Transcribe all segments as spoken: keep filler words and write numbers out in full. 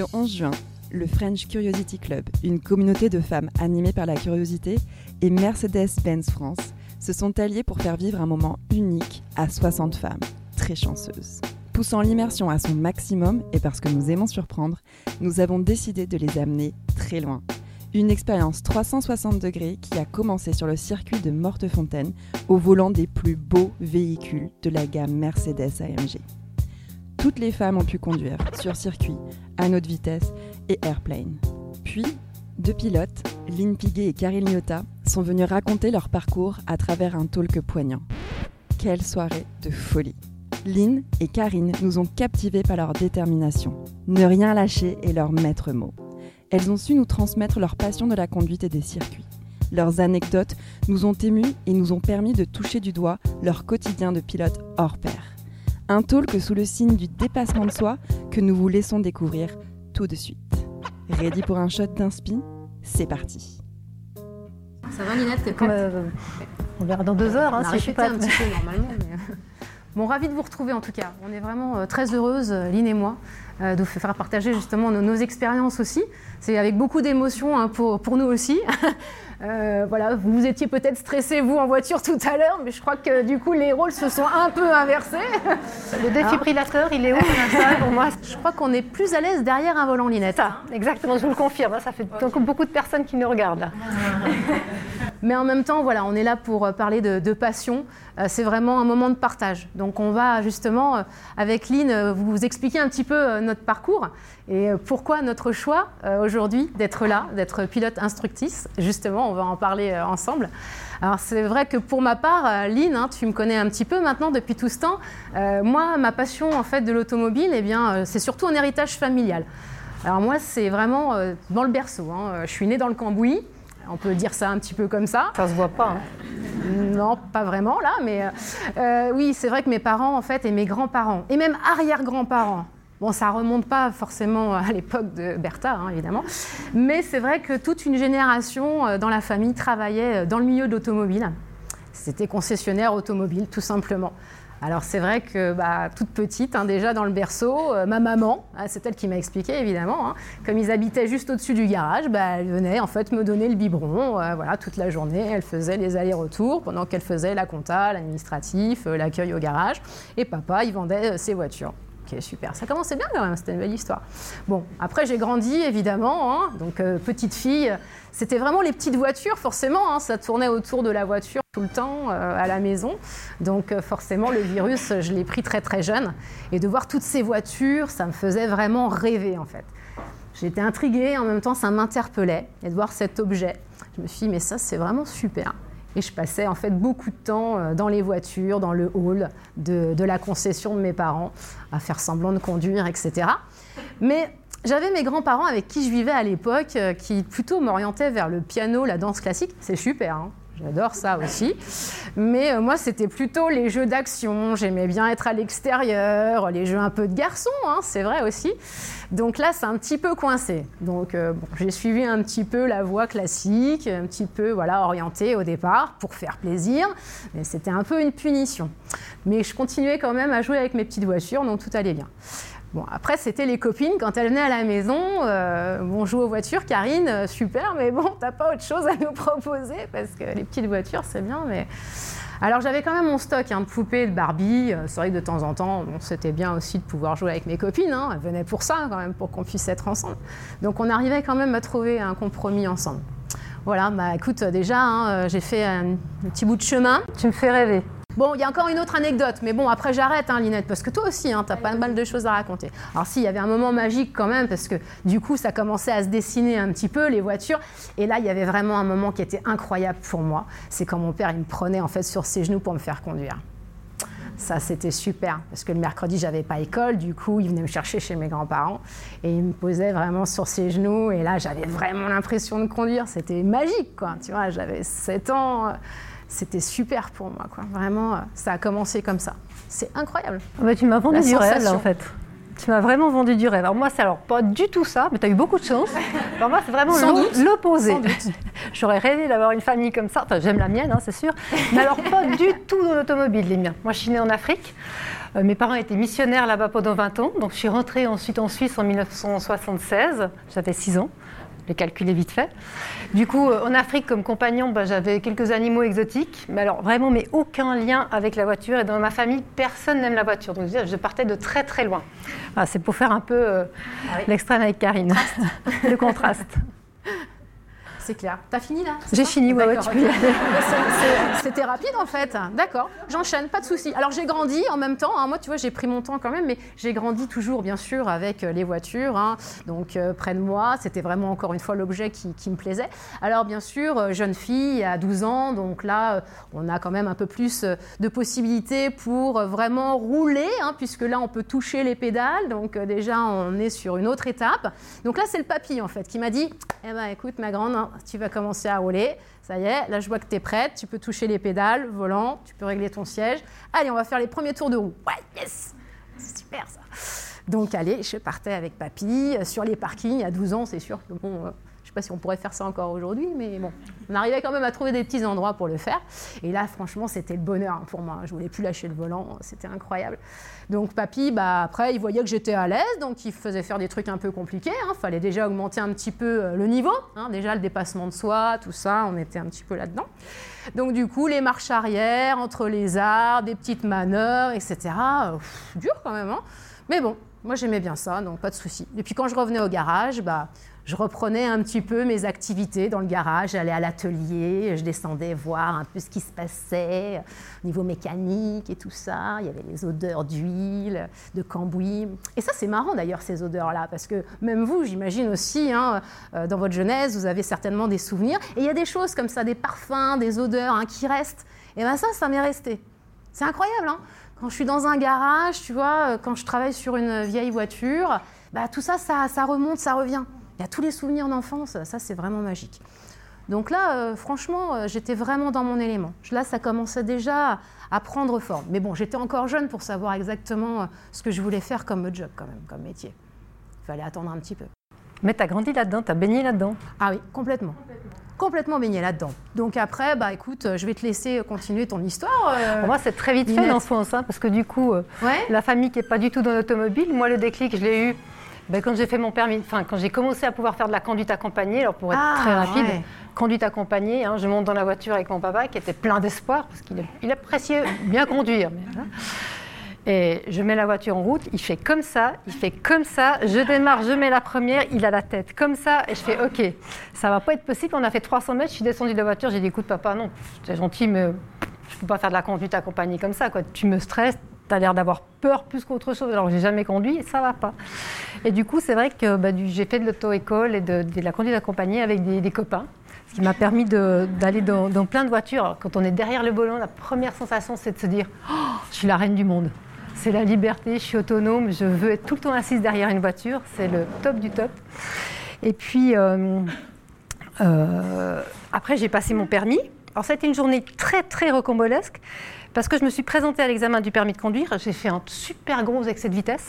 onze juin, le French Curiosity Club, une communauté de femmes animée par la curiosité, et Mercedes-Benz France se sont alliés pour faire vivre un moment unique à soixante femmes, très chanceuses. Poussant l'immersion à son maximum et parce que nous aimons surprendre, nous avons décidé de les amener très loin. Une expérience trois cent soixante degrés qui a commencé sur le circuit de Mortefontaine au volant des plus beaux véhicules de la gamme Mercedes A M G. Toutes les femmes ont pu conduire sur circuit, à notre vitesse et airplane. Puis, deux pilotes, Lynn Piguet et Karine Liotta, sont venus raconter leur parcours à travers un talk poignant. Quelle soirée de folie! Lynn et Karine nous ont captivés par leur détermination. Ne rien lâcher est leur maître mot. Elles ont su nous transmettre leur passion de la conduite et des circuits. Leurs anecdotes nous ont émus et nous ont permis de toucher du doigt leur quotidien de pilote hors pair. Un talk sous le signe du dépassement de soi que nous vous laissons découvrir tout de suite. Ready pour un shot d'inspi? C'est parti. Ça va Linette, t'es prête? euh, On verra dans deux heures, hein, on a si je suis pas... un petit peu normalement. Mais... Bon, ravi de vous retrouver en tout cas. On est vraiment euh, très heureuses, Lynn et moi, euh, de vous faire partager justement nos, nos expériences aussi. C'est avec beaucoup d'émotion hein, pour, pour nous aussi. euh, voilà, vous étiez peut-être stressés, vous, en voiture tout à l'heure, mais je crois que du coup, les rôles se sont un peu inversés. Le défibrillateur, il est où ça, pour moi? Je crois qu'on est plus à l'aise derrière un volant, Linette. Ça, exactement, je vous le confirme. Hein, ça fait okay. beaucoup de personnes qui nous regardent là. Mais en même temps, voilà, on est là pour parler de, de passion. Euh, c'est vraiment un moment de partage. Donc on va justement, euh, avec Lynn, euh, vous expliquer un petit peu euh, notre parcours et euh, pourquoi notre choix euh, aujourd'hui d'être là, d'être pilote instructrice. Justement, on va en parler euh, ensemble. Alors c'est vrai que pour ma part, euh, Lynn, hein, tu me connais un petit peu maintenant depuis tout ce temps. Euh, moi, ma passion en fait de l'automobile, eh bien, euh, c'est surtout un héritage familial. Alors moi, c'est vraiment euh, dans le berceau. Hein. Je suis née dans le Cambouis. On peut dire ça un petit peu comme ça. Ça se voit pas. Hein. Non, pas vraiment là, mais euh, oui, c'est vrai que mes parents en fait et mes grands-parents et même arrière-grands-parents. Bon, ça remonte pas forcément à l'époque de Bertha, hein, évidemment, mais c'est vrai que toute une génération euh, dans la famille travaillait dans le milieu de l'automobile. C'était concessionnaire automobile, tout simplement. Alors c'est vrai que bah, toute petite, hein, déjà dans le berceau, euh, ma maman, hein, c'est elle qui m'a expliqué évidemment, hein, comme ils habitaient juste au-dessus du garage, bah, elle venait en fait me donner le biberon, euh, voilà, toute la journée, elle faisait les allers-retours pendant qu'elle faisait la compta, l'administratif, euh, l'accueil au garage, et papa il vendait euh, ses voitures. Ok, super, ça commençait bien quand même, c'était une belle histoire. Bon, après j'ai grandi évidemment, hein, donc euh, petite fille, c'était vraiment les petites voitures forcément, hein, ça tournait autour de la voiture tout le temps euh, à la maison, donc euh, forcément le virus je l'ai pris très très jeune, et de voir toutes ces voitures, ça me faisait vraiment rêver en fait. J'étais intriguée, en même temps ça m'interpellait, et de voir cet objet, je me suis dit mais ça c'est vraiment super. Et je passais en fait beaucoup de temps dans les voitures, dans le hall de, de la concession de mes parents, à faire semblant de conduire, et cetera. Mais j'avais mes grands-parents avec qui je vivais à l'époque, qui plutôt m'orientaient vers le piano, la danse classique. C'est super, hein. J'adore ça aussi. Mais euh, moi, c'était plutôt les jeux d'action. J'aimais bien être à l'extérieur, les jeux un peu de garçons, hein, c'est vrai aussi. Donc là, c'est un petit peu coincé. Donc euh, bon, j'ai suivi un petit peu la voie classique, un petit peu voilà, orientée au départ pour faire plaisir. Mais c'était un peu une punition. Mais je continuais quand même à jouer avec mes petites voitures, donc tout allait bien. Bon, après, c'était les copines, quand elles venaient à la maison, euh, on joue aux voitures, Karine, euh, super, mais bon, t'as pas autre chose à nous proposer, parce que les petites voitures, c'est bien, mais... Alors, j'avais quand même mon stock hein, de poupées, de Barbie, euh, c'est vrai que de temps en temps, bon, c'était bien aussi de pouvoir jouer avec mes copines, hein, elles venaient pour ça, quand même, pour qu'on puisse être ensemble. Donc, on arrivait quand même à trouver un compromis ensemble. Voilà, bah écoute, déjà, hein, j'ai fait un, un petit bout de chemin. Tu me fais rêver. Bon, il y a encore une autre anecdote, mais bon, après j'arrête, hein, Linette, parce que toi aussi, hein, t'as pas mal de choses à raconter. Alors si, il y avait un moment magique quand même, parce que du coup, ça commençait à se dessiner un petit peu, les voitures, et là, il y avait vraiment un moment qui était incroyable pour moi. C'est quand mon père, il me prenait en fait sur ses genoux pour me faire conduire. Ça, c'était super, parce que le mercredi, j'avais pas école, du coup, il venait me chercher chez mes grands-parents, et il me posait vraiment sur ses genoux, et là, j'avais vraiment l'impression de conduire. C'était magique, quoi, tu vois, j'avais sept ans... C'était super pour moi, quoi. Vraiment, ça a commencé comme ça. C'est incroyable. Bah, tu m'as vendu La du sensation. rêve, là, en fait. Tu m'as vraiment vendu du rêve. Alors moi, c'est alors pas du tout ça, mais tu as eu beaucoup de chance. Alors moi, c'est vraiment l'opposé. J'aurais rêvé d'avoir une famille comme ça. Enfin, j'aime la mienne, hein, c'est sûr. Mais alors, pas du tout dans l'automobile, les miens. Moi, je suis née en Afrique. Euh, mes parents étaient missionnaires là-bas pendant vingt ans. Donc, je suis rentrée ensuite en Suisse en mille neuf cent soixante-seize. J'avais six ans. Le calcul est vite fait. Du coup, euh, en Afrique, comme compagnon, bah, j'avais quelques animaux exotiques. Mais alors, vraiment, mais aucun lien avec la voiture. Et dans ma famille, personne n'aime la voiture. Donc, je partais de très, très loin. Voilà, c'est pour faire un peu euh, ah oui. l'extrême avec Karine. Le contraste. C'est clair. T'as fini là? J'ai fini, ouais, ouais, tu peux y aller. C'était rapide en fait. D'accord, j'enchaîne, pas de souci. Alors j'ai grandi en même temps. Hein. Moi, tu vois, j'ai pris mon temps quand même, mais j'ai grandi toujours, bien sûr, avec les voitures. Hein. Donc euh, près de moi, c'était vraiment encore une fois l'objet qui, qui me plaisait. Alors bien sûr, jeune fille à douze ans, donc là, on a quand même un peu plus de possibilités pour vraiment rouler, hein, puisque là, on peut toucher les pédales. Donc euh, déjà, on est sur une autre étape. Donc là, c'est le papy en fait qui m'a dit, eh ben écoute, ma grande, hein, tu vas commencer à rouler, ça y est, là je vois que tu es prête, tu peux toucher les pédales, volant, tu peux régler ton siège. Allez, on va faire les premiers tours de roue. Ouais, yes, c'est super ça. Donc allez, je partais avec papy sur les parkings à douze ans, c'est sûr que bon, euh, je ne sais pas si on pourrait faire ça encore aujourd'hui, mais bon, on arrivait quand même à trouver des petits endroits pour le faire. Et là, franchement, c'était le bonheur pour moi. Je ne voulais plus lâcher le volant, c'était incroyable. Donc papy, bah, après, il voyait que j'étais à l'aise, donc il faisait faire des trucs un peu compliqués. Il hein. fallait déjà augmenter un petit peu le niveau. Hein. Déjà, le dépassement de soi, tout ça, on était un petit peu là-dedans. Donc du coup, les marches arrière, entre les arbres, des petites manœuvres, et cetera. Pff, dur quand même, hein. Mais bon, moi j'aimais bien ça, donc pas de souci. Et puis quand je revenais au garage, bah, je reprenais un petit peu mes activités dans le garage, j'allais à l'atelier, je descendais voir un peu ce qui se passait au niveau mécanique et tout ça. Il y avait les odeurs d'huile, de cambouis. Et ça, c'est marrant d'ailleurs, ces odeurs-là, parce que même vous, j'imagine aussi, hein, dans votre jeunesse, vous avez certainement des souvenirs. Et il y a des choses comme ça, des parfums, des odeurs hein, qui restent. Et bien ça, ça m'est resté. C'est incroyable, hein. Quand je suis dans un garage, tu vois, quand je travaille sur une vieille voiture, bah, tout ça, ça, ça remonte, ça revient. Il y a tous les souvenirs d'enfance, ça c'est vraiment magique. Donc là, euh, franchement, euh, j'étais vraiment dans mon élément. Là, ça commençait déjà à prendre forme. Mais bon, j'étais encore jeune pour savoir exactement euh, ce que je voulais faire comme job quand même, comme métier. Il fallait attendre un petit peu. Mais tu as grandi là-dedans, tu as baigné là-dedans. Ah oui, complètement. Complètement. Complètement baigné là-dedans. Donc après, bah écoute, je vais te laisser continuer ton histoire. Euh, Pour moi, c'est très vite fait dans ce sens, hein, parce que du coup, euh, ouais. la famille qui n'est pas du tout dans l'automobile, moi, le déclic, je l'ai eu ben, quand j'ai fait mon permis, enfin, quand j'ai commencé à pouvoir faire de la conduite accompagnée, alors pour être ah, très rapide, ouais. conduite accompagnée, hein, je monte dans la voiture avec mon papa qui était plein d'espoir, parce qu'il il appréciait bien conduire. Mais, hein. Et je mets la voiture en route, il fait comme ça, il fait comme ça, je démarre, je mets la première, il a la tête comme ça, et je fais OK, ça va pas être possible. On a fait trois cents mètres, je suis descendue de la voiture, j'ai dit écoute papa, non, c'est gentil, mais je peux pas faire de la conduite accompagnée comme ça, quoi. Tu me stresses, tu as l'air d'avoir peur plus qu'autre chose, alors j'ai jamais conduit, ça va pas. Et du coup, c'est vrai que bah, du, j'ai fait de l'auto-école et de, de la conduite accompagnée avec des, des copains, ce qui m'a permis de, d'aller dans, dans plein de voitures. Alors, quand on est derrière le volant, la première sensation, c'est de se dire oh, je suis la reine du monde. C'est la liberté, je suis autonome, je veux être tout le temps assise derrière une voiture, c'est le top du top. Et puis, euh, euh, après, j'ai passé mon permis. Alors, ça a été une journée très, très rocambolesque, parce que je me suis présentée à l'examen du permis de conduire. J'ai fait un super gros excès de vitesse.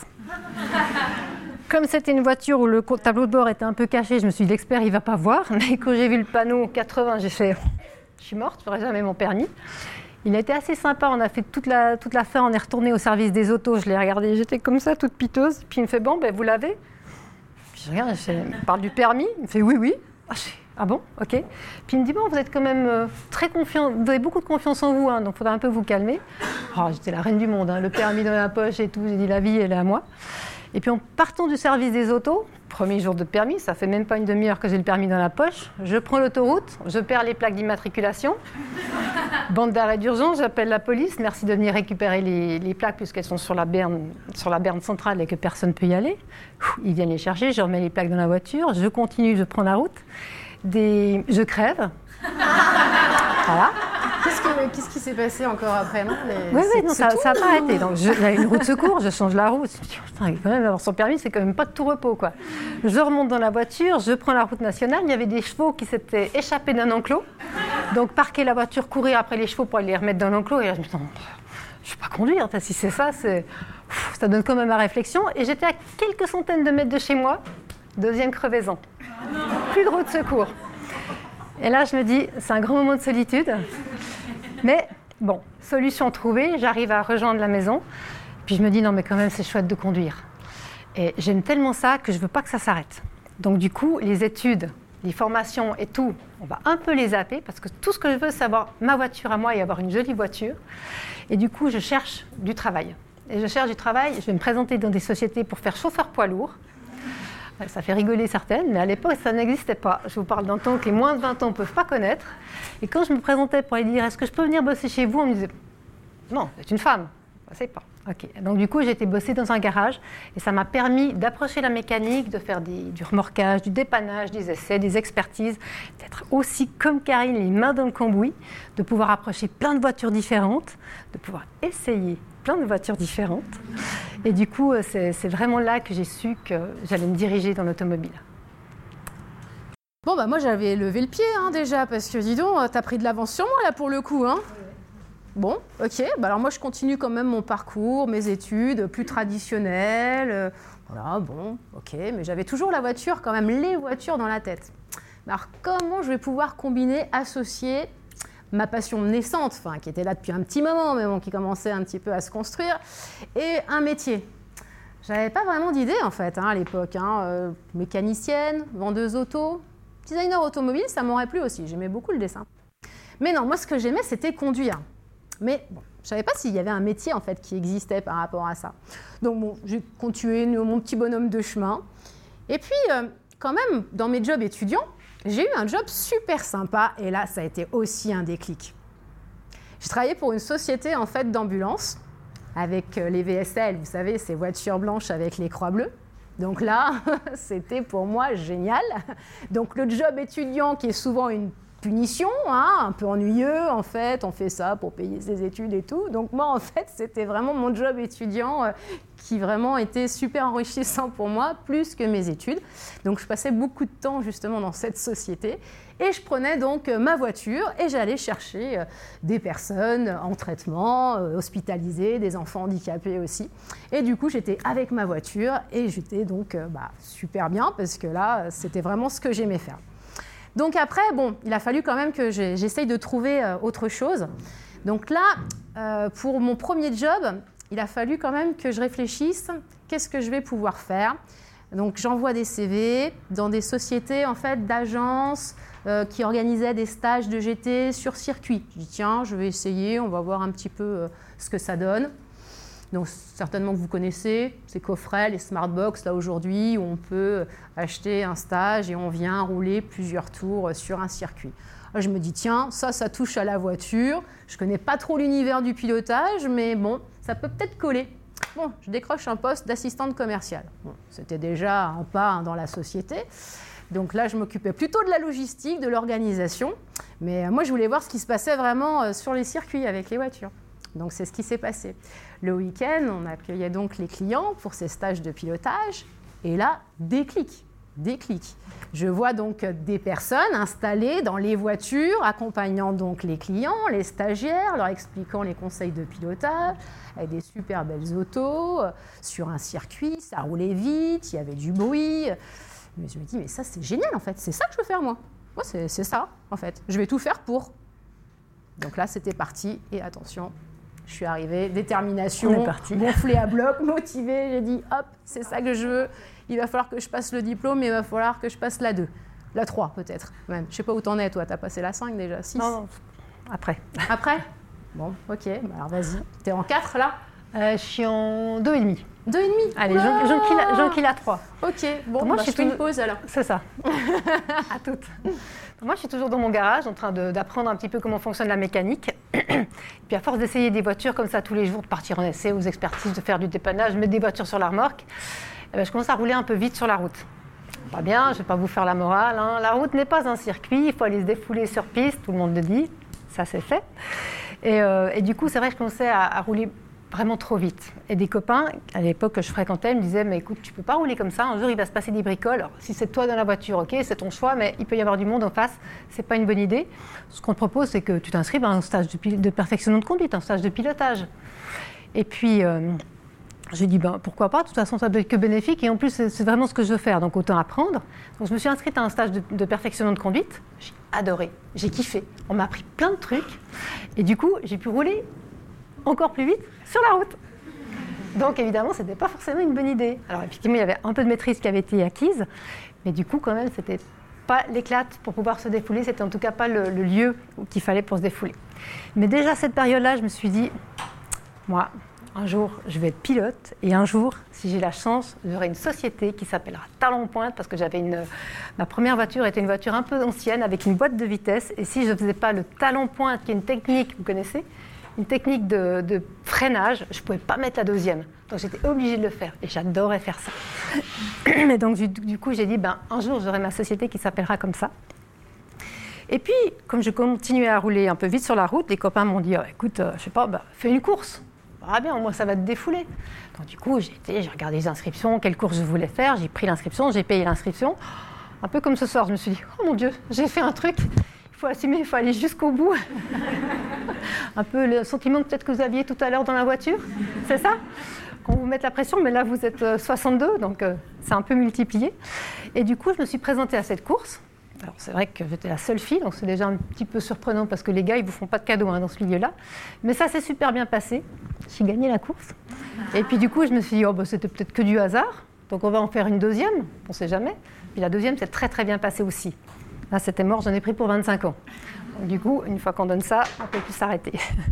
Comme c'était une voiture où le tableau de bord était un peu caché, je me suis dit, l'expert, il ne va pas voir. Mais quand j'ai vu le panneau quatre-vingts, j'ai fait, je suis morte, je n'aurai jamais mon permis. Il a été assez sympa, on a fait toute la, toute la fin, on est retourné au service des autos, je l'ai regardé, j'étais comme ça, toute piteuse. Puis il me fait, bon, ben, vous l'avez? Puis je regarde, je fais, il parle du permis, il me fait, oui, oui. Ah, je fais, ah bon, ok. Puis il me dit, bon, vous êtes quand même euh, très confiant, vous avez beaucoup de confiance en vous, hein, donc il faudra un peu vous calmer. Oh, j'étais la reine du monde, hein, le permis dans la poche et tout, j'ai dit, la vie, elle est à moi. Et puis en partant du service des autos, premier jour de permis, ça fait même pas une demi-heure que j'ai le permis dans la poche, je prends l'autoroute, je perds les plaques d'immatriculation, bande d'arrêt d'urgence, j'appelle la police, merci de venir récupérer les, les plaques puisqu'elles sont sur la borne, sur la borne centrale et que personne ne peut y aller. Ils viennent les chercher, je remets les plaques dans la voiture, je continue, je prends la route, des... je crève. Voilà. Qu'est-ce, que, qu'est-ce qui s'est passé encore après, non? Les... Oui, oui, non, ça n'a pas arrêté. Donc, je, il y a une roue de secours, je change la route. Putain, quand même, avoir son permis, c'est quand même pas de tout repos, quoi. Je remonte dans la voiture, je prends la route nationale. Il y avait des chevaux qui s'étaient échappés d'un enclos. Donc, parquer la voiture, courir après les chevaux pour aller les remettre dans l'enclos. Et là, je me dis, non, je ne vais pas conduire. Si c'est ça, c'est... ça donne quand même à réflexion. Et j'étais à quelques centaines de mètres de chez moi. Deuxième crevaison. Plus de roue de secours. Et là, je me dis, c'est un grand moment de solitude. Mais bon, solution trouvée, j'arrive à rejoindre la maison. Puis je me dis, non, mais quand même, c'est chouette de conduire. Et j'aime tellement ça que je ne veux pas que ça s'arrête. Donc du coup, les études, les formations et tout, on va un peu les zapper parce que tout ce que je veux, c'est avoir ma voiture à moi et avoir une jolie voiture. Et du coup, je cherche du travail. Et je cherche du travail, je vais me présenter dans des sociétés pour faire chauffeur poids lourd. Ça fait rigoler certaines, mais à l'époque, ça n'existait pas. Je vous parle d'un temps que les moins de vingt ans ne peuvent pas connaître. Et quand je me présentais pour aller dire « Est-ce que je peux venir bosser chez vous ?» on me disait « Non, vous êtes une femme. » Je ne sais pas. Okay. Donc du coup, j'ai été bosser dans un garage et ça m'a permis d'approcher la mécanique, de faire des, du remorquage, du dépannage, des essais, des expertises, d'être aussi comme Karine, les mains dans le cambouis, de pouvoir approcher plein de voitures différentes, de pouvoir essayer plein de voitures différentes. Et du coup, c'est, c'est vraiment là que j'ai su que j'allais me diriger dans l'automobile. Bon, bah moi, j'avais levé le pied hein, déjà, parce que dis donc, t'as pris de l'avance sur moi là pour le coup, hein. Bon, ok, bah alors moi je continue quand même mon parcours, mes études plus traditionnelles, euh, voilà, bon, ok, mais j'avais toujours la voiture, quand même les voitures dans la tête. Alors comment je vais pouvoir combiner, associer ma passion naissante, enfin qui était là depuis un petit moment, mais bon, qui commençait un petit peu à se construire, et un métier? J'avais pas vraiment d'idée en fait hein, à l'époque, hein, euh, mécanicienne, vendeuse auto, designer automobile, ça m'aurait plu aussi, j'aimais beaucoup le dessin. Mais non, moi ce que j'aimais c'était conduire. Mais bon, je ne savais pas s'il y avait un métier en fait, qui existait par rapport à ça. Donc bon, j'ai continué mon petit bonhomme de chemin. Et puis, euh, quand même, dans mes jobs étudiants, j'ai eu un job super sympa. Et là, ça a été aussi un déclic. J'ai travaillé pour une société en fait, d'ambulance avec les V S L, vous savez, ces voitures blanches avec les croix bleues. Donc là, c'était pour moi génial. Donc le job étudiant qui est souvent une punition, hein, un peu ennuyeux, en fait, on fait ça pour payer ses études et tout. Donc moi, en fait, c'était vraiment mon job étudiant euh, qui vraiment était super enrichissant pour moi, plus que mes études. Donc je passais beaucoup de temps justement dans cette société et je prenais donc euh, ma voiture et j'allais chercher euh, des personnes en traitement, euh, hospitalisées, des enfants handicapés aussi. Et du coup, j'étais avec ma voiture et j'étais donc euh, bah, super bien parce que là, c'était vraiment ce que j'aimais faire. Donc après, bon, il a fallu quand même que j'essaye de trouver euh, autre chose. Donc là, euh, pour mon premier job, il a fallu quand même que je réfléchisse, qu'est-ce que je vais pouvoir faire. Donc j'envoie des C V dans des sociétés en fait, d'agences euh, qui organisaient des stages de G T sur circuit. Je dis tiens, je vais essayer, on va voir un petit peu euh, ce que ça donne. Donc certainement que vous connaissez ces coffrets, les Smartbox là aujourd'hui où on peut acheter un stage et on vient rouler plusieurs tours sur un circuit. Alors, je me dis tiens, ça, ça touche à la voiture. Je ne connais pas trop l'univers du pilotage, mais bon, ça peut peut-être coller. Bon, je décroche un poste d'assistante commerciale. Bon, c'était déjà un pas dans la société. Donc là, je m'occupais plutôt de la logistique, de l'organisation. Mais moi, je voulais voir ce qui se passait vraiment sur les circuits avec les voitures. Donc c'est ce qui s'est passé. Le week-end, on accueillait donc les clients pour ces stages de pilotage. Et là, déclic, déclic. Je vois donc des personnes installées dans les voitures, accompagnant donc les clients, les stagiaires, leur expliquant les conseils de pilotage, avec des super belles autos, sur un circuit, ça roulait vite, il y avait du bruit. Mais je me dis, mais ça c'est génial en fait, c'est ça que je veux faire moi. Moi c'est, c'est ça en fait, je vais tout faire pour. Donc là c'était parti, et attention, je suis arrivée, détermination, gonflée à bloc, motivée. J'ai dit, hop, c'est ça que je veux. Il va falloir que je passe le diplôme, mais il va falloir que je passe la deux. La trois, peut-être, même. Je ne sais pas où t'en es, toi. T'as passé la cinq, déjà, six? Non, non, après. Après? Bon, ok. Bah alors, vas-y. T'es en quatre, là? euh, Je suis en deux et demi. Deux et demi? Allez, j'enquille à trois. Ok. Bon, moi, bah, je fais une pause, alors. C'est ça. À toutes. Moi, je suis toujours dans mon garage en train de, d'apprendre un petit peu comment fonctionne la mécanique. Puis à force d'essayer des voitures comme ça tous les jours, de partir en essai, aux expertises, de faire du dépannage, mettre des voitures sur la remorque, eh bien, je commence à rouler un peu vite sur la route. Pas bien, je ne vais pas vous faire la morale. Hein. La route n'est pas un circuit, il faut aller se défouler sur piste, tout le monde le dit. Ça, c'est fait. Et, euh, et du coup, c'est vrai que je commençais à, à rouler vraiment trop vite. Et des copains, à l'époque que je fréquentais, me disaient « Mais écoute, tu ne peux pas rouler comme ça, un jour il va se passer des bricoles. Alors, si c'est toi dans la voiture, ok, c'est ton choix, mais il peut y avoir du monde en face, ce n'est pas une bonne idée. Ce qu'on te propose, c'est que tu t'inscrives à un stage de, pil- de perfectionnement de conduite, un stage de pilotage. » Et puis, euh, j'ai dit, ben, pourquoi pas, de toute façon, ça peut être que bénéfique, et en plus, c'est, c'est vraiment ce que je veux faire, donc autant apprendre. Donc, je me suis inscrite à un stage de, de perfectionnement de conduite. J'ai adoré, j'ai kiffé. On m'a appris plein de trucs, et du coup, j'ai pu rouler encore plus vite sur la route. Donc, évidemment, ce n'était pas forcément une bonne idée. Alors, effectivement, il y avait un peu de maîtrise qui avait été acquise, mais du coup, quand même, c'était pas l'éclate pour pouvoir se défouler, c'était en tout cas pas le, le lieu qu'il fallait pour se défouler. Mais déjà, à cette période-là, je me suis dit, moi, un jour, je vais être pilote, et un jour, si j'ai la chance, j'aurai une société qui s'appellera Talon Pointe, parce que j'avais une... ma première voiture était une voiture un peu ancienne, avec une boîte de vitesse, et si je ne faisais pas le Talon Pointe, qui est une technique, vous connaissez, une technique de, de freinage, je ne pouvais pas mettre la deuxième. Donc j'étais obligée de le faire, et j'adorais faire ça. Et donc du, du coup, j'ai dit, ben, un jour, j'aurai ma société qui s'appellera comme ça. Et puis, comme je continuais à rouler un peu vite sur la route, les copains m'ont dit, oh, écoute, euh, je sais pas, ben, fais une course. Ah bien, moi ça va te défouler. Donc du coup, j'ai été, j'ai regardé les inscriptions, quelle course je voulais faire, j'ai pris l'inscription, j'ai payé l'inscription. Un peu comme ce soir, je me suis dit, oh mon Dieu, j'ai fait un truc, il faut assumer, il faut aller jusqu'au bout. Un peu le sentiment peut-être que vous aviez tout à l'heure dans la voiture, c'est ça? Quand vous mettez la pression, mais là vous êtes soixante-deux, donc euh, c'est un peu multiplié. Et du coup, je me suis présentée à cette course. Alors c'est vrai que j'étais la seule fille, donc c'est déjà un petit peu surprenant parce que les gars, ils ne vous font pas de cadeaux hein, dans ce milieu-là. Mais ça s'est super bien passé. J'ai gagné la course. Et puis du coup, je me suis dit, oh, bah, c'était peut-être que du hasard. Donc on va en faire une deuxième, on ne sait jamais. Puis la deuxième, c'est très très bien passé aussi. Là, c'était mort, j'en ai pris pour vingt-cinq ans. Donc, du coup, une fois qu'on donne ça, on ne peut plus s'arrêter.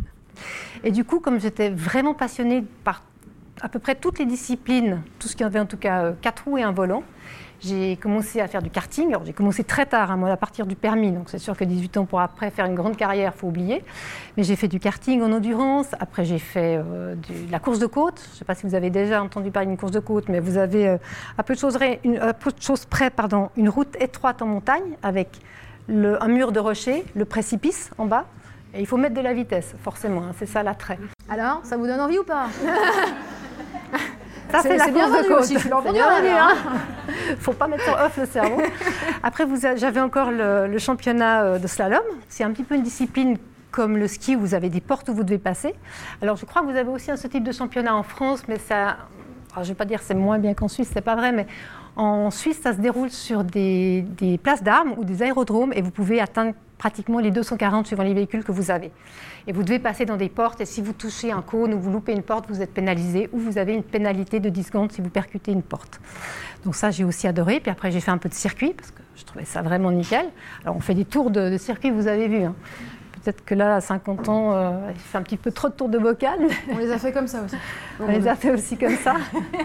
Et du coup, comme j'étais vraiment passionnée par à peu près toutes les disciplines, tout ce qui avait en tout cas euh, quatre roues et un volant, j'ai commencé à faire du karting. Alors, j'ai commencé très tard, hein, moi, à partir du permis. Donc, c'est sûr que dix-huit ans pour après faire une grande carrière, il faut oublier. Mais j'ai fait du karting en endurance. Après, j'ai fait euh, de la course de côte. Je ne sais pas si vous avez déjà entendu parler d'une course de côte, mais vous avez, euh, à, peu de choses, une, à peu de choses près, pardon, une route étroite en montagne avec le, un mur de rocher, le précipice en bas. Et il faut mettre de la vitesse, forcément. Hein, c'est ça l'attrait. Alors, ça vous donne envie ou pas? Ça, c'est, c'est la c'est course de côte. Aussi, je l'en bien vendu, hein. Faut pas mettre sur off le cerveau. Après, vous avez, j'avais encore le, le championnat de slalom. C'est un petit peu une discipline comme le ski où vous avez des portes où vous devez passer. Alors, je crois que vous avez aussi ce type de championnat en France, mais ça, alors, je ne vais pas dire que c'est moins bien qu'en Suisse, c'est pas vrai, mais en Suisse, ça se déroule sur des, des places d'armes ou des aérodromes et vous pouvez atteindre pratiquement les deux cent quarante suivant les véhicules que vous avez. Et vous devez passer dans des portes et si vous touchez un cône ou vous loupez une porte, vous êtes pénalisé ou vous avez une pénalité de dix secondes si vous percutez une porte. Donc ça, j'ai aussi adoré. Puis après, j'ai fait un peu de circuit parce que je trouvais ça vraiment nickel. Alors, on fait des tours de, de circuit, vous avez vu. Hein. Peut-être que là, à cinquante ans, euh, il fait un petit peu trop de tours de bocal. On les a fait comme ça aussi. On les a fait aussi comme ça.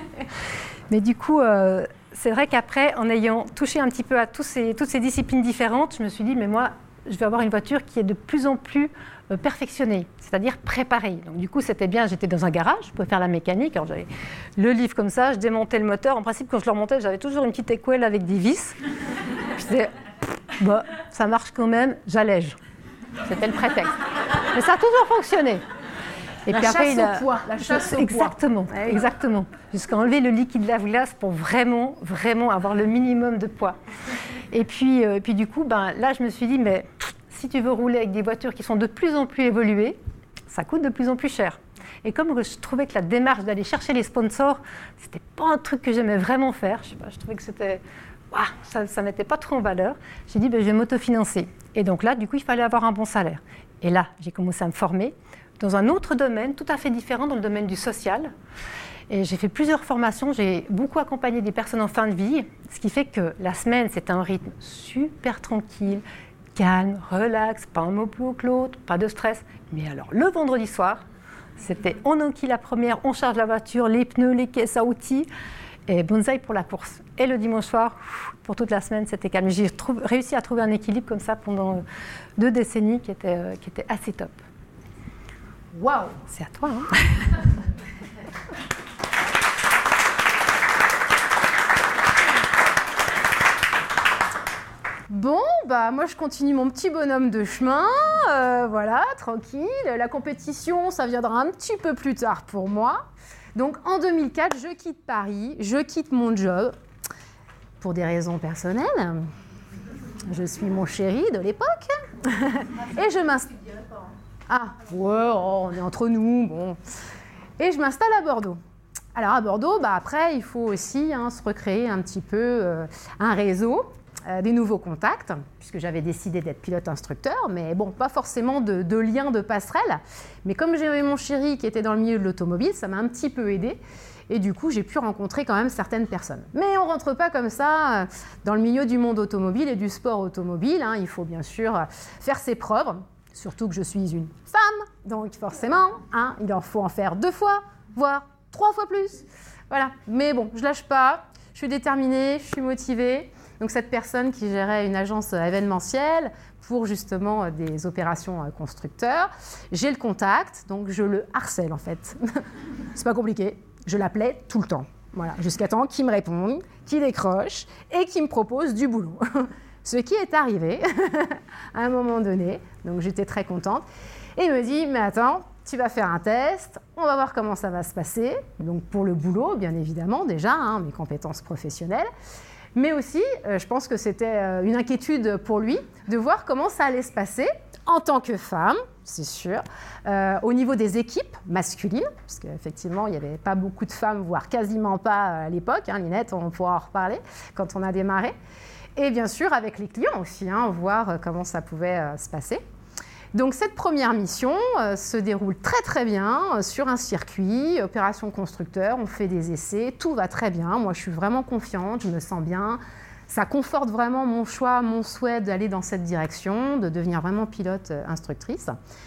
Mais du coup, euh, c'est vrai qu'après, en ayant touché un petit peu à tous ces, toutes ces disciplines différentes, je me suis dit, mais moi, je vais avoir une voiture qui est de plus en plus euh, perfectionnée, c'est-à-dire préparée. Donc du coup, c'était bien, j'étais dans un garage, je pouvais faire la mécanique. Alors j'avais le livre comme ça, je démontais le moteur. En principe, quand je le remontais, j'avais toujours une petite écuelle avec des vis. Je disais, bah, ça marche quand même, j'allège. C'était le prétexte. Mais ça a toujours fonctionné. Et la puis après, chasse il a... au poids. La chasse exactement, au poids. Exactement. Jusqu'à enlever le liquide de la glace pour vraiment, vraiment avoir le minimum de poids. Et puis, euh, et puis du coup, ben, là, je me suis dit, mais si tu veux rouler avec des voitures qui sont de plus en plus évoluées, ça coûte de plus en plus cher. Et comme je trouvais que la démarche d'aller chercher les sponsors, c'était pas un truc que j'aimais vraiment faire, je sais pas, je trouvais que c'était... Ouah, ça ne mettait pas trop en valeur. J'ai dit, ben, je vais m'autofinancer. Et donc là, du coup, il fallait avoir un bon salaire. Et là, j'ai commencé à me former dans un autre domaine, tout à fait différent, dans le domaine du social. Et j'ai fait plusieurs formations, j'ai beaucoup accompagné des personnes en fin de vie, ce qui fait que la semaine, c'est un rythme super tranquille, calme, relax, pas un mot plus haut que l'autre, pas de stress. Mais alors, le vendredi soir, c'était on enquille la première, on charge la voiture, les pneus, les caisses à outils, et bonsaï pour la course. Et le dimanche soir, pour toute la semaine, c'était calme. J'ai trouvé, réussi à trouver un équilibre comme ça pendant deux décennies qui était, euh, qui était assez top. Waouh! C'est à toi, hein. Bon, bah moi je continue mon petit bonhomme de chemin, euh, voilà, tranquille. La compétition, ça viendra un petit peu plus tard pour moi. Donc en deux mille quatre, je quitte Paris, je quitte mon job pour des raisons personnelles. Je suis mon chéri de l'époque et je m'installe. Ah, ouais, oh, on est entre nous, bon. Et je m'installe à Bordeaux. Alors à Bordeaux, bah, après, il faut aussi hein, se recréer un petit peu euh, un réseau, euh, des nouveaux contacts, puisque j'avais décidé d'être pilote-instructeur, mais bon, pas forcément de, de lien de passerelle. Mais comme j'avais mon chéri qui était dans le milieu de l'automobile, ça m'a un petit peu aidée. Et du coup, j'ai pu rencontrer quand même certaines personnes. Mais on ne rentre pas comme ça dans le milieu du monde automobile et du sport automobile. Hein. Il faut bien sûr faire ses preuves, surtout que je suis une femme. Donc forcément, hein, il en faut en faire deux fois, voire trois fois plus. Voilà. Mais bon, je ne lâche pas, je suis déterminée, je suis motivée. Donc cette personne qui gérait une agence événementielle pour justement des opérations constructeurs, j'ai le contact, donc je le harcèle en fait. C'est pas compliqué. Je l'appelais tout le temps, voilà, jusqu'à temps qu'il me réponde, qu'il décroche et qu'il me propose du boulot. Ce qui est arrivé à un moment donné, donc j'étais très contente. Et il me dit, mais attends, tu vas faire un test, on va voir comment ça va se passer. Donc pour le boulot, bien évidemment, déjà, hein, mes compétences professionnelles. Mais aussi, euh, je pense que c'était euh, une inquiétude pour lui de voir comment ça allait se passer en tant que femme, c'est sûr, euh, au niveau des équipes masculines, parce qu'effectivement, il n'y avait pas beaucoup de femmes, voire quasiment pas à l'époque. Hein, Linette, on pourra en reparler quand on a démarré. Et bien sûr, avec les clients aussi, hein, voir comment ça pouvait euh, se passer. Donc cette première mission euh, se déroule très très bien euh, sur un circuit, opération constructeur, on fait des essais, tout va très bien. Moi, je suis vraiment confiante, je me sens bien. Ça conforte vraiment mon choix, mon souhait d'aller dans cette direction, de devenir vraiment pilote euh, instructrice.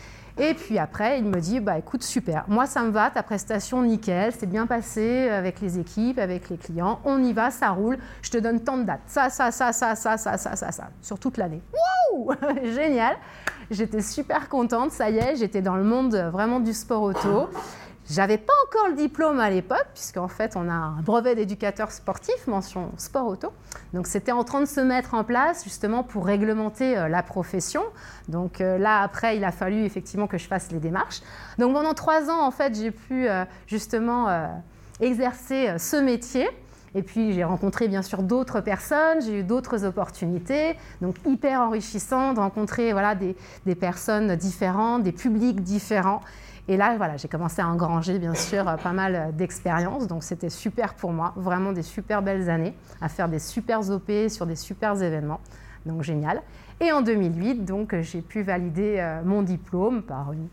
Et puis après, il me dit, bah, écoute, super, moi ça me va, ta prestation, nickel, c'est bien passé avec les équipes, avec les clients, on y va, ça roule, je te donne tant de dates, ça, ça, ça, ça, ça, ça, ça, ça, ça, sur toute l'année. Wouh, génial, j'étais super contente, ça y est, j'étais dans le monde vraiment du sport auto. J'avais pas encore le diplôme à l'époque, puisqu'en fait, on a un brevet d'éducateur sportif, mention sport auto. Donc, c'était en train de se mettre en place, justement, pour réglementer euh, la profession. Donc, euh, là, après, il a fallu, effectivement, que je fasse les démarches. Donc, pendant trois ans, en fait, j'ai pu, euh, justement, euh, exercer euh, ce métier. Et puis, j'ai rencontré, bien sûr, d'autres personnes, j'ai eu d'autres opportunités. Donc, hyper enrichissant de rencontrer, voilà, des, des personnes différentes, des publics différents. Et là, voilà, j'ai commencé à engranger, bien sûr, pas mal d'expériences. Donc, c'était super pour moi, vraiment des super belles années, à faire des super O P sur des super événements. Donc, génial. Et en deux mille huit, donc, j'ai pu valider euh, mon diplôme par une,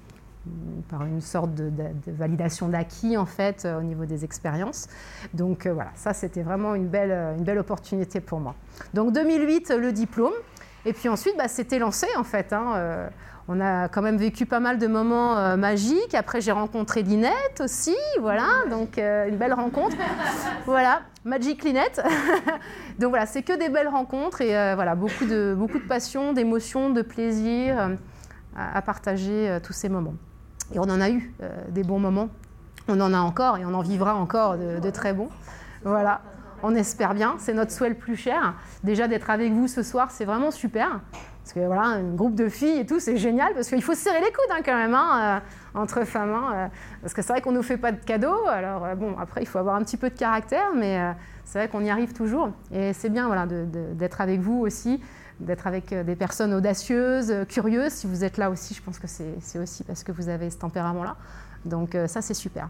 par une sorte de, de, de validation d'acquis, en fait, euh, au niveau des expériences. Donc, euh, voilà, ça, c'était vraiment une belle, une belle opportunité pour moi. Donc, deux mille huit, le diplôme. Et puis ensuite, bah, c'était lancé, en fait, hein, euh, on a quand même vécu pas mal de moments euh, magiques. Après, j'ai rencontré Linette aussi, voilà, donc euh, une belle rencontre. Voilà, Magic Linette. Donc voilà, c'est que des belles rencontres et euh, voilà, beaucoup de, beaucoup de passion, d'émotion, de plaisir euh, à, à partager euh, tous ces moments. Et on en a eu euh, des bons moments. On en a encore et on en vivra encore de, de très bons. Voilà. On espère bien, c'est notre souhait le plus cher. Déjà d'être avec vous ce soir, c'est vraiment super. Parce que voilà, un groupe de filles et tout, c'est génial. Parce qu'il faut se serrer les coudes hein, quand même, hein, euh, entre femmes. Hein, euh, parce que c'est vrai qu'on ne nous fait pas de cadeaux. Alors euh, bon, après, il faut avoir un petit peu de caractère. Mais euh, c'est vrai qu'on y arrive toujours. Et c'est bien voilà, de, de, d'être avec vous aussi, d'être avec des personnes audacieuses, curieuses. Si vous êtes là aussi, je pense que c'est, c'est aussi parce que vous avez ce tempérament-là. Donc euh, ça, c'est super.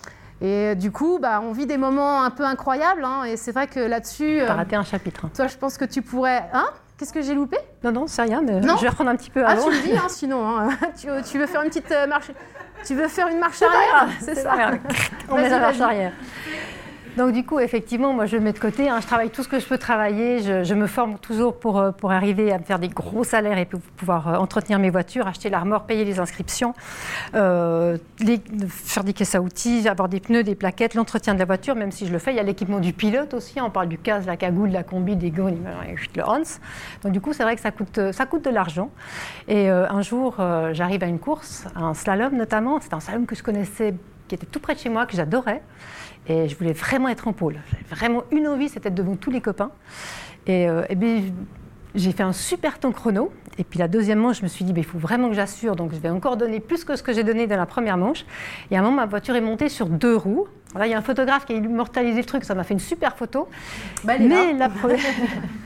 Et du coup, bah, on vit des moments un peu incroyables. Hein, et c'est vrai que là-dessus... Tu as raté un chapitre. Toi, je pense que tu pourrais... Hein ? Qu'est-ce que j'ai loupé ? Non, non, c'est rien, mais non je vais reprendre un petit peu ah, avant. Ah, tu le dis, hein, sinon. Hein. tu, tu veux faire une petite euh, marche... Tu veux faire une marche arrière ? C'est, c'est ça. On met la marche arrière. Donc du coup, effectivement, moi je le mets de côté, hein, je travaille tout ce que je peux travailler, je, je me forme toujours pour, pour arriver à me faire des gros salaires et pour pouvoir entretenir mes voitures, acheter l'armor, payer les inscriptions, euh, les, faire des caisses à outils, avoir des pneus, des plaquettes, l'entretien de la voiture, même si je le fais, il y a l'équipement du pilote aussi, on parle du casque, la cagoule, la combi, des gants, le Hans. Donc du coup, c'est vrai que ça coûte, ça coûte de l'argent. Et euh, un jour, euh, j'arrive à une course, un slalom notamment, c'est un slalom que je connaissais, qui était tout près de chez moi, que j'adorais. Et je voulais vraiment être en pôle. J'avais vraiment une envie, c'était devant tous les copains. Et, euh, et bien, j'ai fait un super temps chrono. Et puis la deuxième manche, je me suis dit, il faut vraiment que j'assure. Donc je vais encore donner plus que ce que j'ai donné dans la première manche. Et à un moment, ma voiture est montée sur deux roues. Là, il y a un photographe qui a immortalisé le truc. Ça m'a fait une super photo. Bah, Mais la, pre...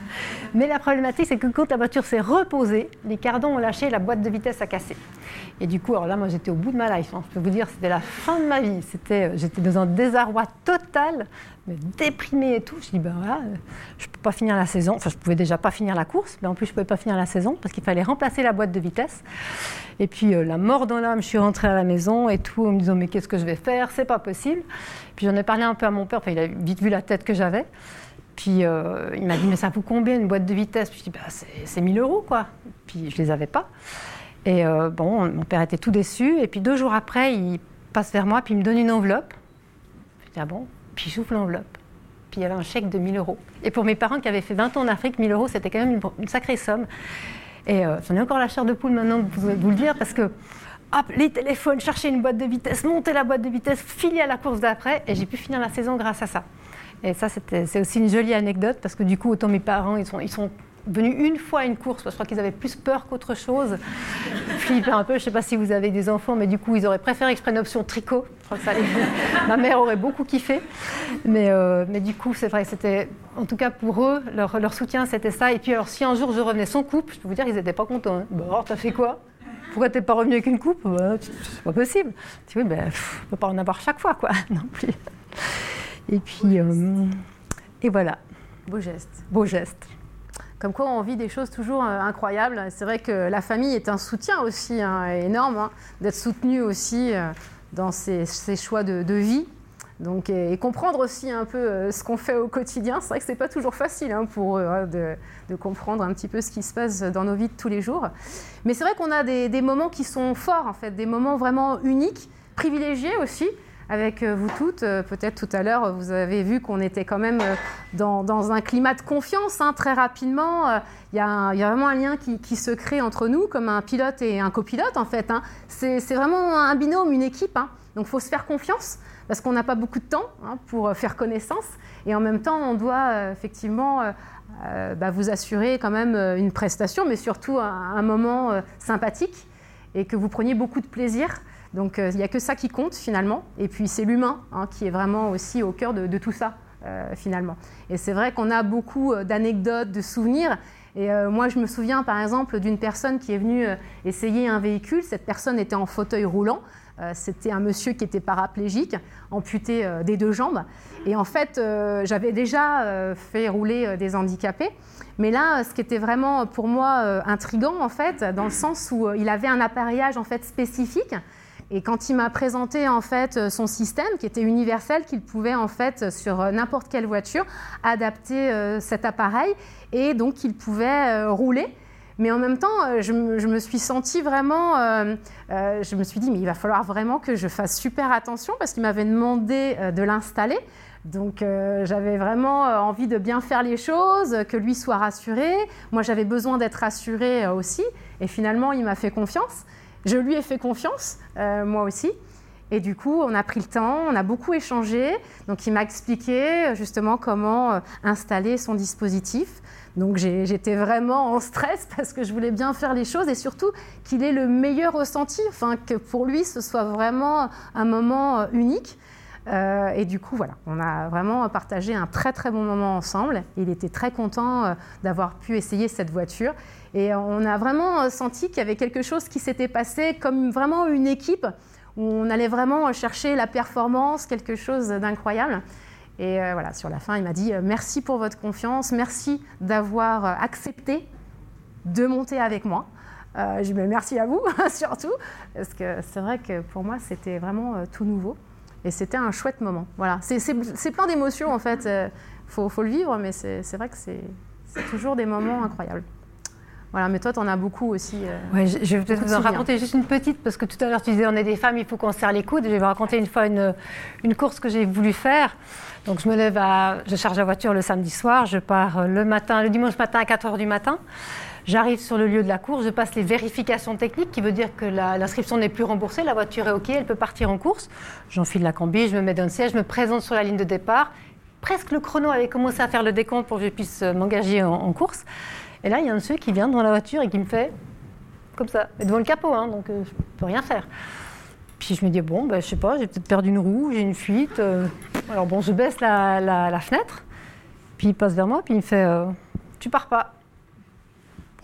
Mais la problématique, c'est que quand la voiture s'est reposée, les cardons ont lâché, la boîte de vitesse a cassé. Et du coup, alors là, moi, j'étais au bout de ma life. Hein. Je peux vous dire, c'était la fin de ma vie. C'était, j'étais dans un désarroi total, mais déprimée et tout. Je dis, ben voilà, je ne peux pas finir la saison. Enfin, je ne pouvais déjà pas finir la course, mais en plus, je ne pouvais pas finir la saison parce qu'il fallait remplacer la boîte de vitesse. Et puis, euh, la mort dans l'âme, je suis rentrée à la maison et tout, en me disant, mais qu'est-ce que je vais faire? C'est pas possible. Puis, j'en ai parlé un peu à mon père. Enfin, il a vite vu la tête que j'avais. Puis, euh, il m'a dit, mais ça coûte combien une boîte de vitesse? Puis, je dis, bah, c'est, c'est mille euros, quoi. Puis, je ne les avais pas. Et euh, bon, mon père était tout déçu. Et puis deux jours après, il passe vers moi, puis il me donne une enveloppe. Je dis, ah bon? Puis j'ouvre l'enveloppe. Puis il y avait un chèque de mille euros. Et pour mes parents qui avaient fait vingt ans en Afrique, mille euros, c'était quand même une, une sacrée somme. Et euh, j'en ai encore la chair de poule maintenant, vous vous le dire, parce que, hop, les téléphones, chercher une boîte de vitesse, monter la boîte de vitesse, filer à la course d'après. Et j'ai pu finir la saison grâce à ça. Et ça, c'était, c'est aussi une jolie anecdote, parce que du coup, autant mes parents, ils sont... Ils sont venus une fois à une course, parce que je crois qu'ils avaient plus peur qu'autre chose. Je flippais un peu, je ne sais pas si vous avez des enfants, mais du coup, ils auraient préféré que je prenne option tricot. Je crois que ça allait... Ma mère aurait beaucoup kiffé. Mais, euh, mais du coup, c'est vrai, c'était, en tout cas pour eux, leur, leur soutien, c'était ça. Et puis, alors, si un jour je revenais sans coupe, je peux vous dire qu'ils n'étaient pas contents. Hein. Bon, alors, t'as fait quoi? Pourquoi t'es pas revenu avec une coupe? Bah, c'est pas possible. Tu vois, ben, pff, on peut pas en avoir chaque fois, quoi, non plus. Et puis, euh, et voilà. Beau geste. Beau geste. Comme quoi on vit des choses toujours euh, incroyables. C'est vrai que la famille est un soutien aussi hein, énorme, hein, d'être soutenu aussi euh, dans ses, ses choix de, de vie. Donc, et, et comprendre aussi un peu euh, ce qu'on fait au quotidien. C'est vrai que ce n'est pas toujours facile hein, pour eux hein, de, de comprendre un petit peu ce qui se passe dans nos vies de tous les jours. Mais c'est vrai qu'on a des, des moments qui sont forts, en fait, des moments vraiment uniques, privilégiés aussi. Avec vous toutes, peut-être tout à l'heure, vous avez vu qu'on était quand même dans, dans un climat de confiance, hein, très rapidement. Il y, a un, il y a vraiment un lien qui, qui se crée entre nous, comme un pilote et un copilote, en fait. Hein. C'est, c'est vraiment un binôme, une équipe. Hein. Donc, il faut se faire confiance, parce qu'on n'a pas beaucoup de temps hein, pour faire connaissance. Et en même temps, on doit euh, effectivement euh, euh, bah, vous assurer quand même une prestation, mais surtout un, un moment euh, sympathique, et que vous preniez beaucoup de plaisir. Donc, il n'y a que ça qui compte, finalement. Et puis, c'est l'humain hein, qui est vraiment aussi au cœur de, de tout ça, euh, finalement. Et c'est vrai qu'on a beaucoup d'anecdotes, de souvenirs. Et euh, moi, je me souviens, par exemple, d'une personne qui est venue euh, essayer un véhicule. Cette personne était en fauteuil roulant. Euh, c'était un monsieur qui était paraplégique, amputé euh, des deux jambes. Et en fait, euh, j'avais déjà euh, fait rouler euh, des handicapés. Mais là, ce qui était vraiment, pour moi, euh, intriguant, en fait, dans le sens où euh, il avait un appareillage, en fait, spécifique. Et quand il m'a présenté en fait son système qui était universel, qu'il pouvait en fait sur n'importe quelle voiture adapter euh, cet appareil et donc il pouvait euh, rouler. Mais en même temps, je me, je me suis sentie vraiment, euh, euh, je me suis dit mais il va falloir vraiment que je fasse super attention parce qu'il m'avait demandé euh, de l'installer. Donc euh, j'avais vraiment euh, envie de bien faire les choses, que lui soit rassuré. Moi j'avais besoin d'être rassurée euh, aussi et finalement il m'a fait confiance. Je lui ai fait confiance, euh, moi aussi. Et du coup, on a pris le temps, on a beaucoup échangé. Donc, il m'a expliqué justement comment euh, installer son dispositif. Donc, j'ai, j'étais vraiment en stress parce que je voulais bien faire les choses et surtout qu'il ait le meilleur ressenti, enfin, que pour lui, ce soit vraiment un moment euh, unique. Euh, et du coup, voilà, on a vraiment partagé un très, très bon moment ensemble. Il était très content euh, d'avoir pu essayer cette voiture. Et on a vraiment senti qu'il y avait quelque chose qui s'était passé comme vraiment une équipe où on allait vraiment chercher la performance, quelque chose d'incroyable. Et euh, voilà, sur la fin, il m'a dit « Merci pour votre confiance, merci d'avoir accepté de monter avec moi. Euh, » Je lui ai dit « Merci à vous, surtout, parce que c'est vrai que pour moi, c'était vraiment euh, tout nouveau. Et c'était un chouette moment. Voilà. C'est, c'est, c'est plein d'émotions, en fait. Il euh, faut, faut le vivre, mais c'est, c'est vrai que c'est, c'est toujours des moments incroyables. Voilà, mais toi, tu en as beaucoup aussi. Euh, ouais, je, je vais peut-être vous en raconter juste une petite, parce que tout à l'heure, tu disais, on est des femmes, il faut qu'on se serre les coudes. Je vais vous raconter une fois une, une course que j'ai voulu faire. Donc, je me lève à... Je charge la voiture le samedi soir. Je pars le matin, le dimanche matin à quatre heures du matin. J'arrive sur le lieu de la course. Je passe les vérifications techniques, qui veut dire que la, l'inscription n'est plus remboursée. La voiture est OK, elle peut partir en course. J'enfile la combi, je me mets dans le siège, je me présente sur la ligne de départ. Presque le chrono avait commencé à faire le décompte pour que je puisse m'engager en, en course. Et là, il y a un monsieur qui vient devant la voiture et qui me fait comme ça, mais devant le capot, hein, donc euh, je ne peux rien faire. Puis je me dis, bon, ben, je ne sais pas, j'ai peut-être perdu une roue, j'ai une fuite. Euh... Alors bon, je baisse la, la, la fenêtre, puis il passe vers moi, puis il me fait, euh, tu pars pas.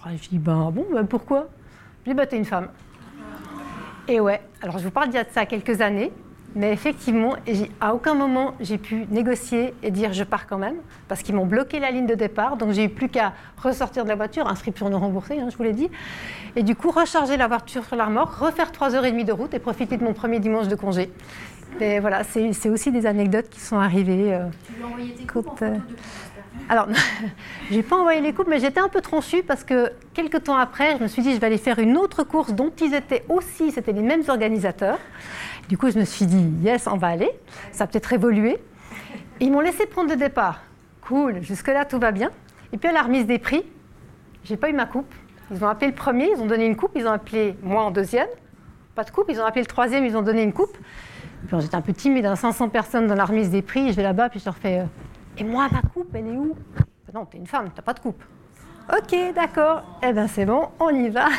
Je dis, ben bon, ben pourquoi? Je dis, ben t'es une femme. Et ouais, alors je vous parle d'il y a de ça quelques années, mais effectivement, à aucun moment j'ai pu négocier et dire je pars quand même, parce qu'ils m'ont bloqué la ligne de départ, donc j'ai eu plus qu'à ressortir de la voiture, inscription non remboursée, hein, je vous l'ai dit, et du coup recharger la voiture sur la remorque, refaire trois heures trente de route et profiter de mon premier dimanche de congé. Et voilà, c'est, c'est aussi des anecdotes qui sont arrivées. Euh, tu lui as envoyé tes coupes quand, en photo de Alors, je n'ai pas envoyé les coupes, mais j'étais un peu tranchue parce que quelques temps après, je me suis dit je vais aller faire une autre course dont ils étaient aussi, c'était les mêmes organisateurs. Du coup, je me suis dit, yes, on va aller. Ça a peut-être évolué. Et ils m'ont laissé prendre le départ. Cool, jusque-là, tout va bien. Et puis à la remise des prix, je n'ai pas eu ma coupe. Ils ont appelé le premier, ils ont donné une coupe. Ils ont appelé moi en deuxième. Pas de coupe. Ils ont appelé le troisième, ils ont donné une coupe. Puis j'étais un peu timide, hein, cinq cents personnes dans la remise des prix. Je vais là-bas, puis je leur fais... Euh, et moi, ma coupe, elle est où? Non, t'es une femme, t'as pas de coupe. Ok, d'accord. Eh bien, c'est bon, on y va.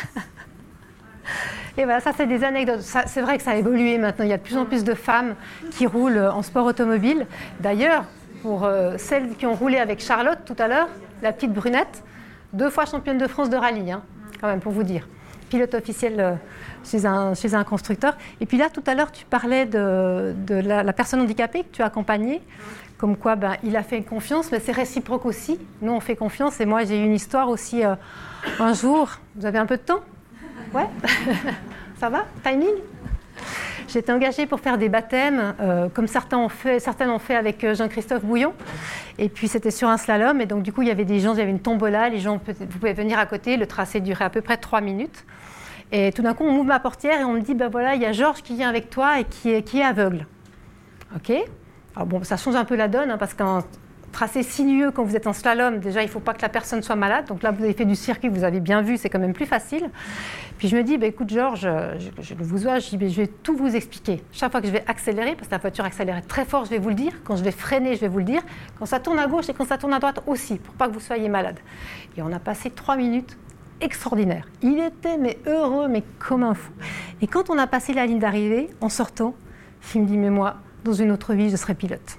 Et voilà, ça, c'est des anecdotes. Ça, c'est vrai que ça a évolué maintenant. Il y a de plus en plus de femmes qui roulent en sport automobile. D'ailleurs, pour euh, celles qui ont roulé avec Charlotte tout à l'heure, la petite brunette, deux fois championne de France de rallye, hein, quand même, pour vous dire. Pilote officiel euh, chez, un, chez un constructeur. Et puis là, tout à l'heure, tu parlais de, de la, la personne handicapée que tu as accompagnée. Comme quoi, ben, il a fait confiance, mais c'est réciproque aussi. Nous, on fait confiance. Et moi, j'ai eu une histoire aussi euh, un jour. Vous avez un peu de temps? Ouais. Ça va? Timing? J'étais engagée pour faire des baptêmes, euh, comme certains ont fait, certaines ont fait avec Jean-Christophe Bouillon. Et puis, c'était sur un slalom. Et donc, du coup, il y avait des gens, il y avait une tombola. Les gens, vous pouvez venir à côté. Le tracé durait à peu près trois minutes. Et tout d'un coup, on m'ouvre ma portière et on me dit, ben voilà, il y a Georges qui vient avec toi et qui est, qui est aveugle. OK? Alors bon, ça change un peu la donne, hein, parce qu'un tracé sinueux, quand vous êtes en slalom, déjà, il ne faut pas que la personne soit malade. Donc là, vous avez fait du circuit, vous avez bien vu, c'est quand même plus facile. Puis je me dis, bah, écoute, Georges, je, je vous vois, je, dis, bah, je vais tout vous expliquer. Chaque fois que je vais accélérer, parce que la voiture accélère très fort, je vais vous le dire. Quand je vais freiner, je vais vous le dire. Quand ça tourne à gauche et quand ça tourne à droite aussi, pour pas que vous soyez malade. Et on a passé trois minutes extraordinaires. Il était mais heureux, mais comme un fou. Et quand on a passé la ligne d'arrivée, en sortant, il me dit, mais moi, dans une autre vie, je serais pilote.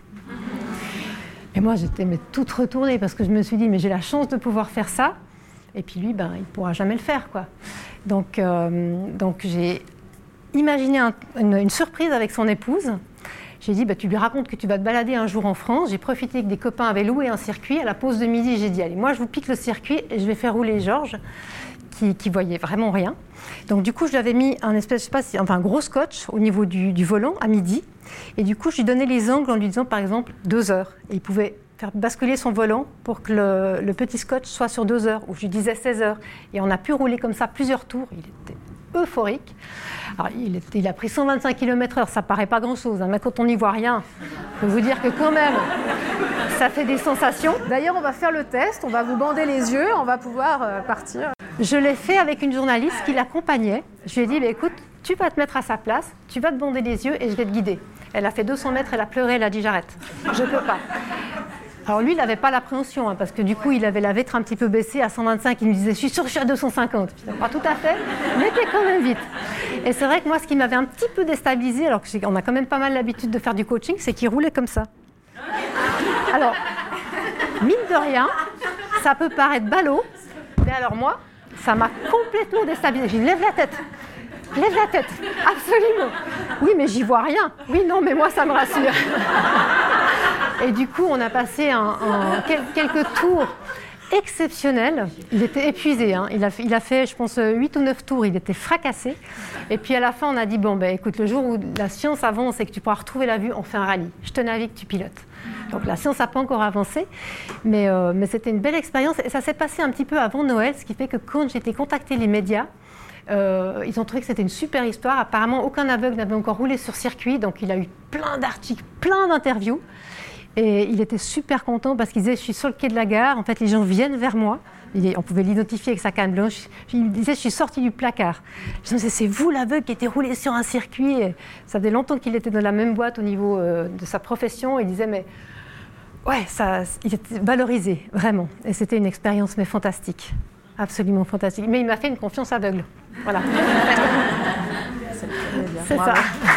Et moi, j'étais mais, toute retournée parce que je me suis dit, mais j'ai la chance de pouvoir faire ça. Et puis lui, ben, il ne pourra jamais le faire, quoi. Donc, euh, donc j'ai imaginé un, une, une surprise avec son épouse. J'ai dit, ben, tu lui racontes que tu vas te balader un jour en France. J'ai profité que des copains avaient loué un circuit. À la pause de midi, j'ai dit, allez, moi, je vous pique le circuit et je vais faire rouler Georges, qui, qui voyait vraiment rien. Donc, du coup, je lui avais mis un espèce, je sais pas si, enfin, un gros scotch au niveau du, du volant à midi. Et du coup, je lui donnais les angles en lui disant, par exemple, deux heures. Et il pouvait faire basculer son volant pour que le, le petit scotch soit sur deux heures, ou je lui disais seize heures. Et on a pu rouler comme ça plusieurs tours. Il était euphorique. Alors, il, était, il a pris cent vingt-cinq kilomètres heure, ça paraît pas grand-chose, hein, mais quand on n'y voit rien, je peux vous dire que quand même, ça fait des sensations. D'ailleurs, on va faire le test, on va vous bander les yeux, on va pouvoir euh, partir. Je l'ai fait avec une journaliste qui l'accompagnait. Je lui ai dit, bah, écoute, tu vas te mettre à sa place, tu vas te bander les yeux et je vais te guider. Elle a fait deux cents mètres, elle a pleuré, elle a dit, j'arrête, je ne peux pas. Alors lui, il n'avait pas l'appréhension, hein, parce que du coup, il avait la vitre un petit peu baissée à cent vingt-cinq. Il me disait, je suis sûre que je suis à deux cent cinquante. Je disais, pas tout à fait, mais t'es quand même vite. Et c'est vrai que moi, ce qui m'avait un petit peu déstabilisée, alors qu'on a quand même pas mal l'habitude de faire du coaching, c'est qu'il roulait comme ça. Alors, mine de rien, ça peut paraître ballot, mais alors moi, ça m'a complètement déstabilisée. J'ai dit, lève la tête. Lève la tête, absolument. Oui, mais j'y vois rien. Oui, non, mais moi, ça me rassure. Et du coup, on a passé un, un, quelques tours exceptionnels. Il était épuisé. Hein. Il, a, il a fait, je pense, huit ou neuf tours. Il était fracassé. Et puis, à la fin, on a dit, bon, ben, écoute, le jour où la science avance et que tu pourras retrouver la vue, on fait un rallye. Je te navigue, tu pilotes. Donc, la science n'a pas encore avancé. Mais, euh, mais c'était une belle expérience. Et ça s'est passé un petit peu avant Noël, ce qui fait que quand j'ai été contacter les médias, Euh, ils ont trouvé que c'était une super histoire. Apparemment, aucun aveugle n'avait encore roulé sur circuit, donc il a eu plein d'articles, plein d'interviews. Et il était super content parce qu'il disait, je suis sur le quai de la gare, en fait, les gens viennent vers moi. Il, on pouvait l'identifier avec sa canne blanche. Il me disait, je suis sorti du placard. Je me disais, c'est vous l'aveugle qui était roulé sur un circuit. Et ça faisait longtemps qu'il était dans la même boîte au niveau euh, de sa profession. Il disait, mais ouais, ça, il était valorisé, vraiment. Et c'était une expérience, mais fantastique. Absolument fantastique. Mais il m'a fait une confiance aveugle. Voilà. C'est, c'est ça.